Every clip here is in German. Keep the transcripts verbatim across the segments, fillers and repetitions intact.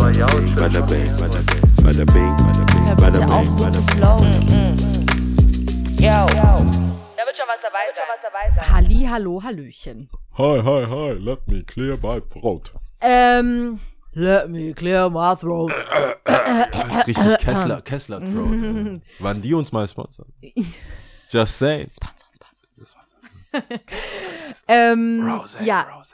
Bada bing, bada bing, bada bing, bada bing, Hör bada bitte auf, bing, so bada zu bing. flowen. Yo. Da wird schon was dabei sein. Halli, hallo, hallöchen. Hi, hi, hi, let me clear my throat. Ähm, let me clear my throat. Richtig Kessler, Kessler Throat. äh. Wann die uns mal sponsern? Just saying. Sponsor, Sponsor. ähm, Rosé, ja, Rosé.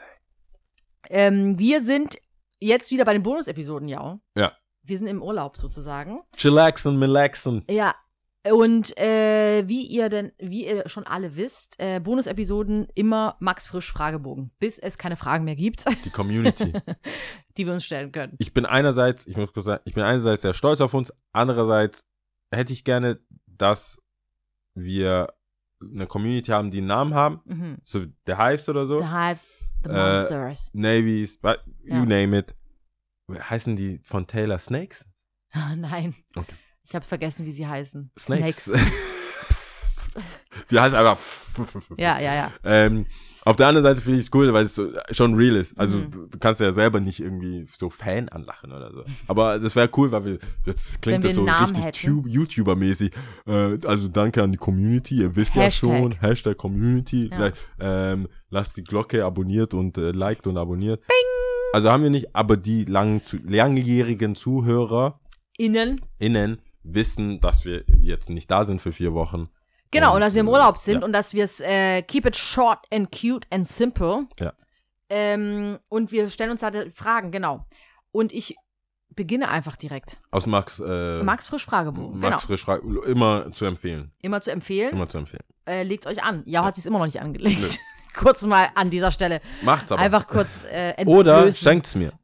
ähm, wir sind jetzt wieder bei den Bonus-Episoden, ja. Ja. Wir sind im Urlaub sozusagen. Chillaxen, relaxen. Ja. Und äh, wie ihr denn, wie ihr schon alle wisst, äh, Bonus-Episoden immer Max Frisch Fragebogen, bis es keine Fragen mehr gibt, Die Community. die wir uns stellen können. Ich bin einerseits, ich muss kurz sagen, ich bin einerseits sehr stolz auf uns, andererseits hätte ich gerne, dass wir eine Community haben, die einen Namen haben, Mhm. so The Hives oder so, The Hives, The Äh, Monsters. Navies, what- you Ja. name it. Heißen die von Taylor Snakes? Nein. Okay. Ich habe vergessen, wie sie heißen. Snakes. Psst. Die heißen einfach. Ja, ja, ja. Ähm, auf der anderen Seite finde ich es cool, weil es so schon real ist. Also Mhm. du, du kannst ja selber nicht irgendwie so Fan anlachen oder so. Aber das wäre cool, weil wir, jetzt klingt Wenn das so wir einen Namen richtig hätten. Tu- YouTuber-mäßig. Äh, also danke an die Community, ihr wisst ja Hashtag. schon, Hashtag Community. Ja. Ähm, lasst die Glocke abonniert und äh, liked und abonniert. Bing! Also haben wir nicht, aber die lang, zu, langjährigen Zuhörer Innen. innen wissen, dass wir jetzt nicht da sind für vier Wochen. Genau, und, Und, dass wir im äh, Urlaub sind ja. und dass wir es äh, keep it short and cute and simple. Ja. Ähm, und wir stellen uns da Fragen, genau. Und ich beginne einfach direkt. Aus Max, äh, Max Frisch Fragebogen, Max genau. Frisch Frage, immer zu empfehlen. Immer zu empfehlen. Immer zu empfehlen. Äh, legt's euch an. Ja, hat sich's immer noch nicht angelegt. Kurz mal an dieser Stelle. Macht's aber. Einfach kurz äh, entlösen. Oder schenkt's mir.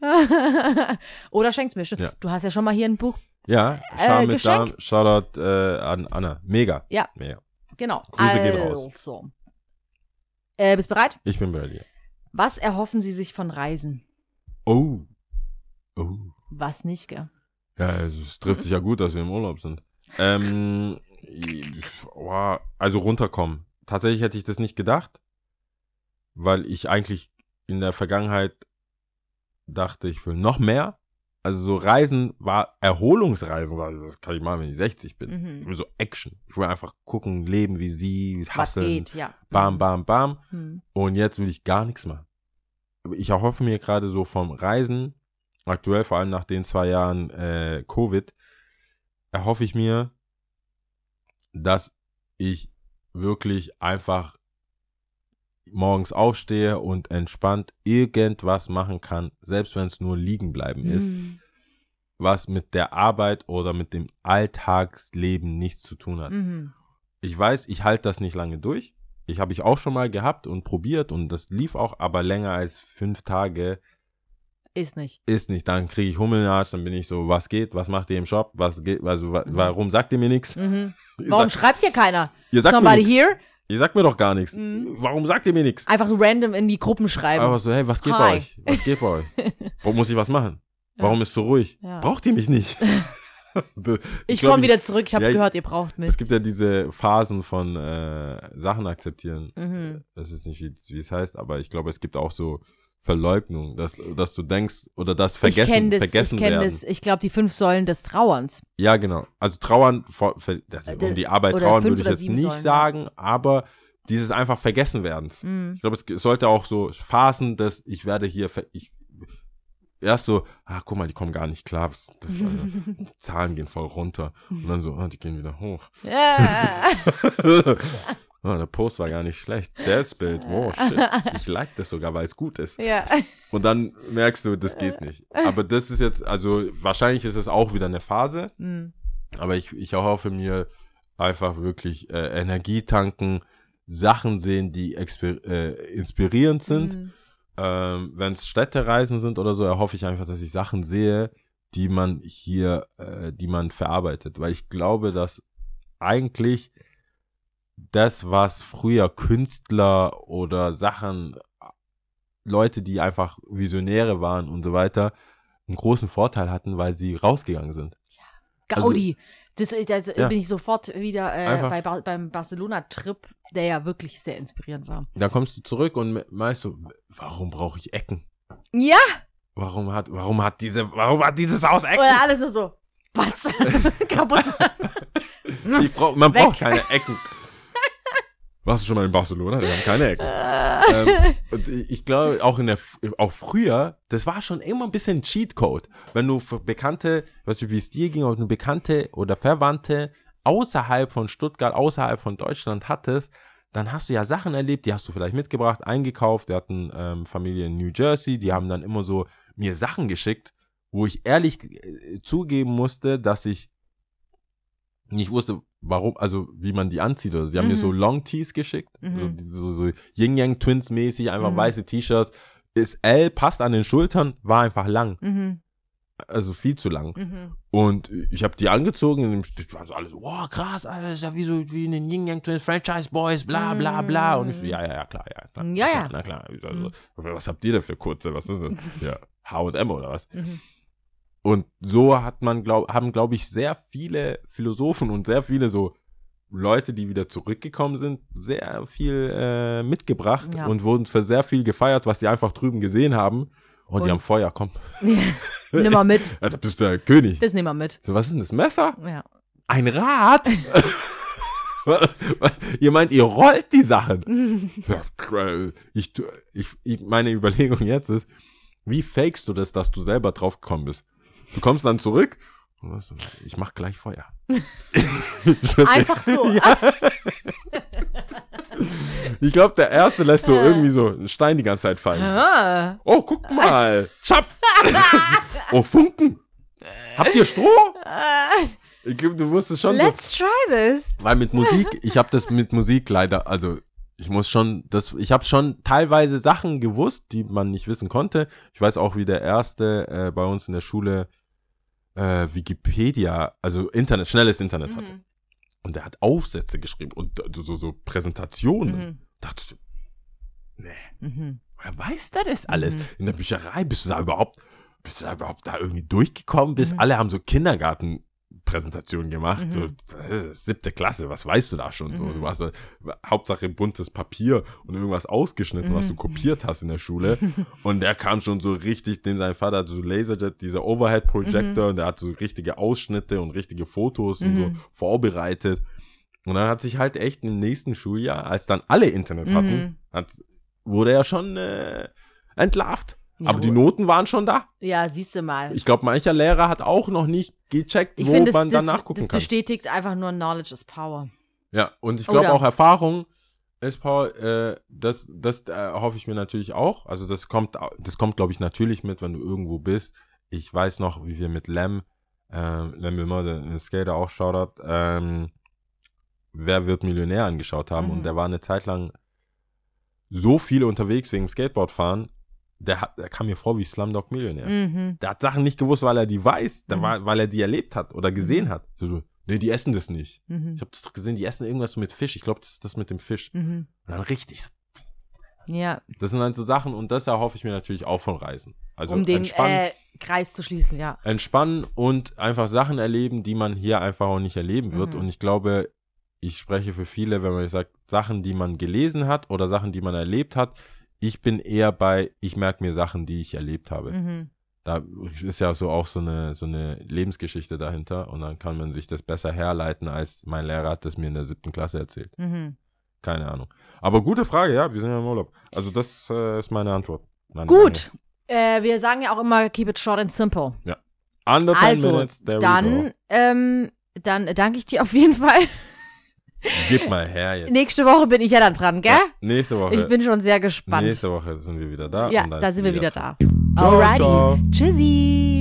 Oder schenk's mir. Stimmt. Ja. Du hast ja schon mal hier ein Buch. Ja, Äh, Schau mit Geschenk. Darm, Shoutout äh, an Anna. Mega. Ja. Mega. Genau. Grüße gehen also. raus. Äh, bist bereit? Ich bin bei dir. Was erhoffen Sie sich von Reisen? Oh. Oh. Was nicht, gell? Ja, also es trifft sich ja gut, dass wir im Urlaub sind. Ähm, oh, also runterkommen. Tatsächlich hätte ich das nicht gedacht, weil ich eigentlich in der Vergangenheit dachte, ich will noch mehr. Also so Reisen war Erholungsreisen, also das kann ich machen, wenn ich sechzig bin. Ich Mhm. will so Action. Ich will einfach gucken, leben wie sie, Was hustlen, geht, ja. bam, bam, bam. Hm. Und jetzt will ich gar nichts machen. Ich erhoffe mir gerade so vom Reisen, aktuell vor allem nach den zwei Jahren äh, Covid, erhoffe ich mir, dass ich wirklich einfach morgens aufstehe und entspannt irgendwas machen kann, selbst wenn es nur liegen bleiben ist, Hm. was mit der Arbeit oder mit dem Alltagsleben nichts zu tun hat. Mhm. Ich weiß, ich halte das nicht lange durch. Ich habe ich auch schon mal gehabt und probiert und das lief auch, aber länger als fünf Tage Ist nicht. ist nicht. Dann kriege ich Hummelnarsch, dann bin ich so, was geht, was macht ihr im Shop, was geht, also wa- Mhm. warum sagt ihr mir nichts? Mhm. Ihr, Warum sagt- schreibt hier keiner? ihr sagt mir Somebody nichts. here? Ihr sagt mir doch gar nichts. Mhm. Warum sagt ihr mir nichts? Einfach so random in die Gruppen schreiben. Aber so, hey, was geht Hi. bei euch? Was geht bei euch? Warum muss ich was machen? Warum ist so ruhig? Ja. Braucht ihr mich nicht? ich glaub, komme wieder zurück, ich habe ja, ich- gehört, ihr braucht mich. Es gibt ja diese Phasen von äh, Sachen akzeptieren. Mhm. Das ist nicht, wie, wie es heißt, aber ich glaube, es gibt auch so Verleugnung, dass, dass du denkst oder das Vergessen, ich kenne das, vergessen ich kenne werden. das. Ich glaube, die fünf Säulen des Trauerns. Ja, genau. Also trauern, vor, ver, das, Äh, um die Arbeit oder trauern fünf würde ich oder jetzt sieben nicht Säulen, ja. sagen, aber dieses einfach Vergessenwerdens. Mhm. Ich glaube, es, es sollte auch so Phasen, dass ich werde hier, ver, ich, erst so, ach guck mal, die kommen gar nicht klar, das, das, also, die Zahlen gehen voll runter und dann so, ah, die gehen wieder hoch. Ja. Oh, der Post war gar nicht schlecht. Das Bild, wow, shit. Ich like das sogar, weil es gut ist. ja. Und dann merkst du, das geht nicht. Aber das ist jetzt, also wahrscheinlich ist es auch wieder eine Phase, Mhm. aber ich, ich erhoffe mir einfach wirklich äh, Energie tanken, Sachen sehen, die exper- äh, inspirierend sind. Mhm. Ähm, wenn es Städtereisen sind oder so, erhoffe ich einfach, dass ich Sachen sehe, die man hier, äh, die man verarbeitet. Weil ich glaube, dass eigentlich das, was früher Künstler oder Sachen, Leute, die einfach Visionäre waren und so weiter, einen großen Vorteil hatten, weil sie rausgegangen sind. Gaudi. Das, das ja. bin ich sofort wieder äh, Einfach- bei, Ba- beim Barcelona-Trip, der ja wirklich sehr inspirierend war. Dann kommst du zurück und me- meinst du, warum brauche ich Ecken? Ja, warum hat, warum hat diese, warum hat dieses Haus Ecken? Oder alles nur so, was? Kaputt. Ich brauch, man Weg. braucht keine Ecken. Warst du schon mal in Barcelona? Die haben keine Ecken. ähm, und ich glaube, auch in der, auch früher, das war schon immer ein bisschen Cheatcode. Wenn du für Bekannte, ich weiß nicht, wie es dir ging, ob du Bekannte oder Verwandte außerhalb von Stuttgart, außerhalb von Deutschland hattest, dann hast du ja Sachen erlebt, die hast du vielleicht mitgebracht, eingekauft. Wir hatten ähm, Familie in New Jersey, die haben dann immer so mir Sachen geschickt, wo ich ehrlich äh, zugeben musste, dass ich nicht wusste, warum, also wie man die anzieht. Also, die haben Mhm. mir so Long Tees geschickt, Mhm. so, diese- so, so Yin-Yang-Twins-mäßig, einfach Mhm. weiße T-Shirts. Ist L, passt an den Schultern, war einfach lang. Mhm. Also viel zu lang. Mhm. Und ich habe die angezogen und die waren so alle so, wow, krass, Alter, das ist ja wie so wie in den Yin-Yang-Twins, Franchise Boys, bla bla bla. Und ich so, ja, ja, ja, klar, ja, klar. Ja, ja. Na klar. Also, was habt ihr denn für kurze, was ist das? Ja, H und M oder was? Mhm. Und so hat man, glaub, haben, glaube ich, sehr viele Philosophen und sehr viele so Leute, die wieder zurückgekommen sind, sehr viel äh, mitgebracht Ja. und wurden für sehr viel gefeiert, was die einfach drüben gesehen haben. Und, Und- die haben Feuer, komm. Nimm mal mit. Ja, da bist du der König. Das nehmen wir mit. So, was ist denn das Messer? Ja. Ein Rad? Ihr meint, ihr rollt die Sachen. Ja, ich, tu- ich, ich, meine Überlegung jetzt ist, wie fakest du das, dass du selber drauf gekommen bist? Du kommst dann zurück und was, ich mach gleich Feuer. Einfach so. Ja. Ich glaube, der Erste lässt so irgendwie so einen Stein die ganze Zeit fallen. Ah. Oh, guck mal. Chap. Oh, Funken. Habt ihr Stroh? Ich glaube, du wusstest schon so. Let's try this. Weil mit Musik, ich habe das mit Musik leider, also ich muss schon, das, ich habe schon teilweise Sachen gewusst, die man nicht wissen konnte. Ich weiß auch, wie der Erste äh, bei uns in der Schule äh, Wikipedia, also Internet, schnelles Internet hatte. Mhm. Und der hat Aufsätze geschrieben und so, so, so Präsentationen. Mhm. Dachte du, nee, Mhm. woher weiß der das alles? Mhm. In der Bücherei, bist du da überhaupt, bist du da überhaupt da irgendwie durchgekommen? Bis Mhm. alle haben so Kindergartenpräsentationen gemacht. Mhm. So, äh, siebte Klasse, was weißt du da schon? So, Mhm. du hast äh, Hauptsache buntes Papier und irgendwas ausgeschnitten, was du Mhm. kopiert hast in der Schule. Und der kam schon so richtig, dem sein Vater hat so Laserjet, dieser Overhead-Projector, Mhm. und der hat so richtige Ausschnitte und richtige Fotos und so Mhm. vorbereitet. Und dann hat sich halt echt im nächsten Schuljahr, als dann alle Internet hatten, Mhm. hat, wurde er schon äh, entlarvt. Ja, Aber die wo- Noten waren schon da. Ja, siehst du mal. Ich glaube, mancher Lehrer hat auch noch nicht gecheckt, Ich wo finde, man das, dann das, nachgucken das kann. bestätigt einfach nur Knowledge is Power. Ja, und ich glaube Oder- auch Erfahrung ist, Paul, äh, das, das äh, hoffe ich mir natürlich auch. Also das kommt, das kommt, glaube ich, natürlich mit, wenn du irgendwo bist. Ich weiß noch, wie wir mit Lem, äh, Lem Wilmer, der Skater auch Shoutout, ähm, Wer wird Millionär angeschaut haben. Mhm. Und der war eine Zeit lang so viel unterwegs wegen dem Skateboardfahren, der, hat, der kam mir vor wie Slumdog Millionär. Mhm. Der hat Sachen nicht gewusst, weil er die weiß, der Mhm. war, weil er die erlebt hat oder gesehen Mhm. hat. So, so, nee, die essen das nicht. Mhm. Ich habe das doch gesehen, die essen irgendwas mit Fisch. Ich glaube, das ist das mit dem Fisch. Mhm. Und dann richtig so. Ja, Das sind halt so Sachen und das erhoffe ich mir natürlich auch von Reisen. Also um den entspannen, äh, Kreis zu schließen, ja. entspannen und einfach Sachen erleben, die man hier einfach auch nicht erleben wird. Mhm. Und ich glaube, ich spreche für viele, wenn man sagt, Sachen, die man gelesen hat oder Sachen, die man erlebt hat. Ich bin eher bei, ich merke mir Sachen, die ich erlebt habe. Mhm. Da ist ja so auch so eine, so eine Lebensgeschichte dahinter und dann kann man sich das besser herleiten, als mein Lehrer hat das mir in der siebten Klasse erzählt. Mhm. Keine Ahnung. Aber gute Frage, ja, wir sind ja im Urlaub. Also das äh, ist meine Antwort. Meine Gut. Äh, wir sagen ja auch immer, keep it short and simple. Frage. Under ten Also, minutes, there we Dann, ähm, dann danke ich dir auf jeden Fall. go. Gib mal her jetzt. Nächste Woche bin ich ja dann dran, gell? Ja, nächste Woche. Ich bin schon sehr gespannt. nächste Woche sind wir wieder da. Ja, und dann da ist sind wir die wieder dran. da. Ciao, Alrighty. ciao. Tschüssi.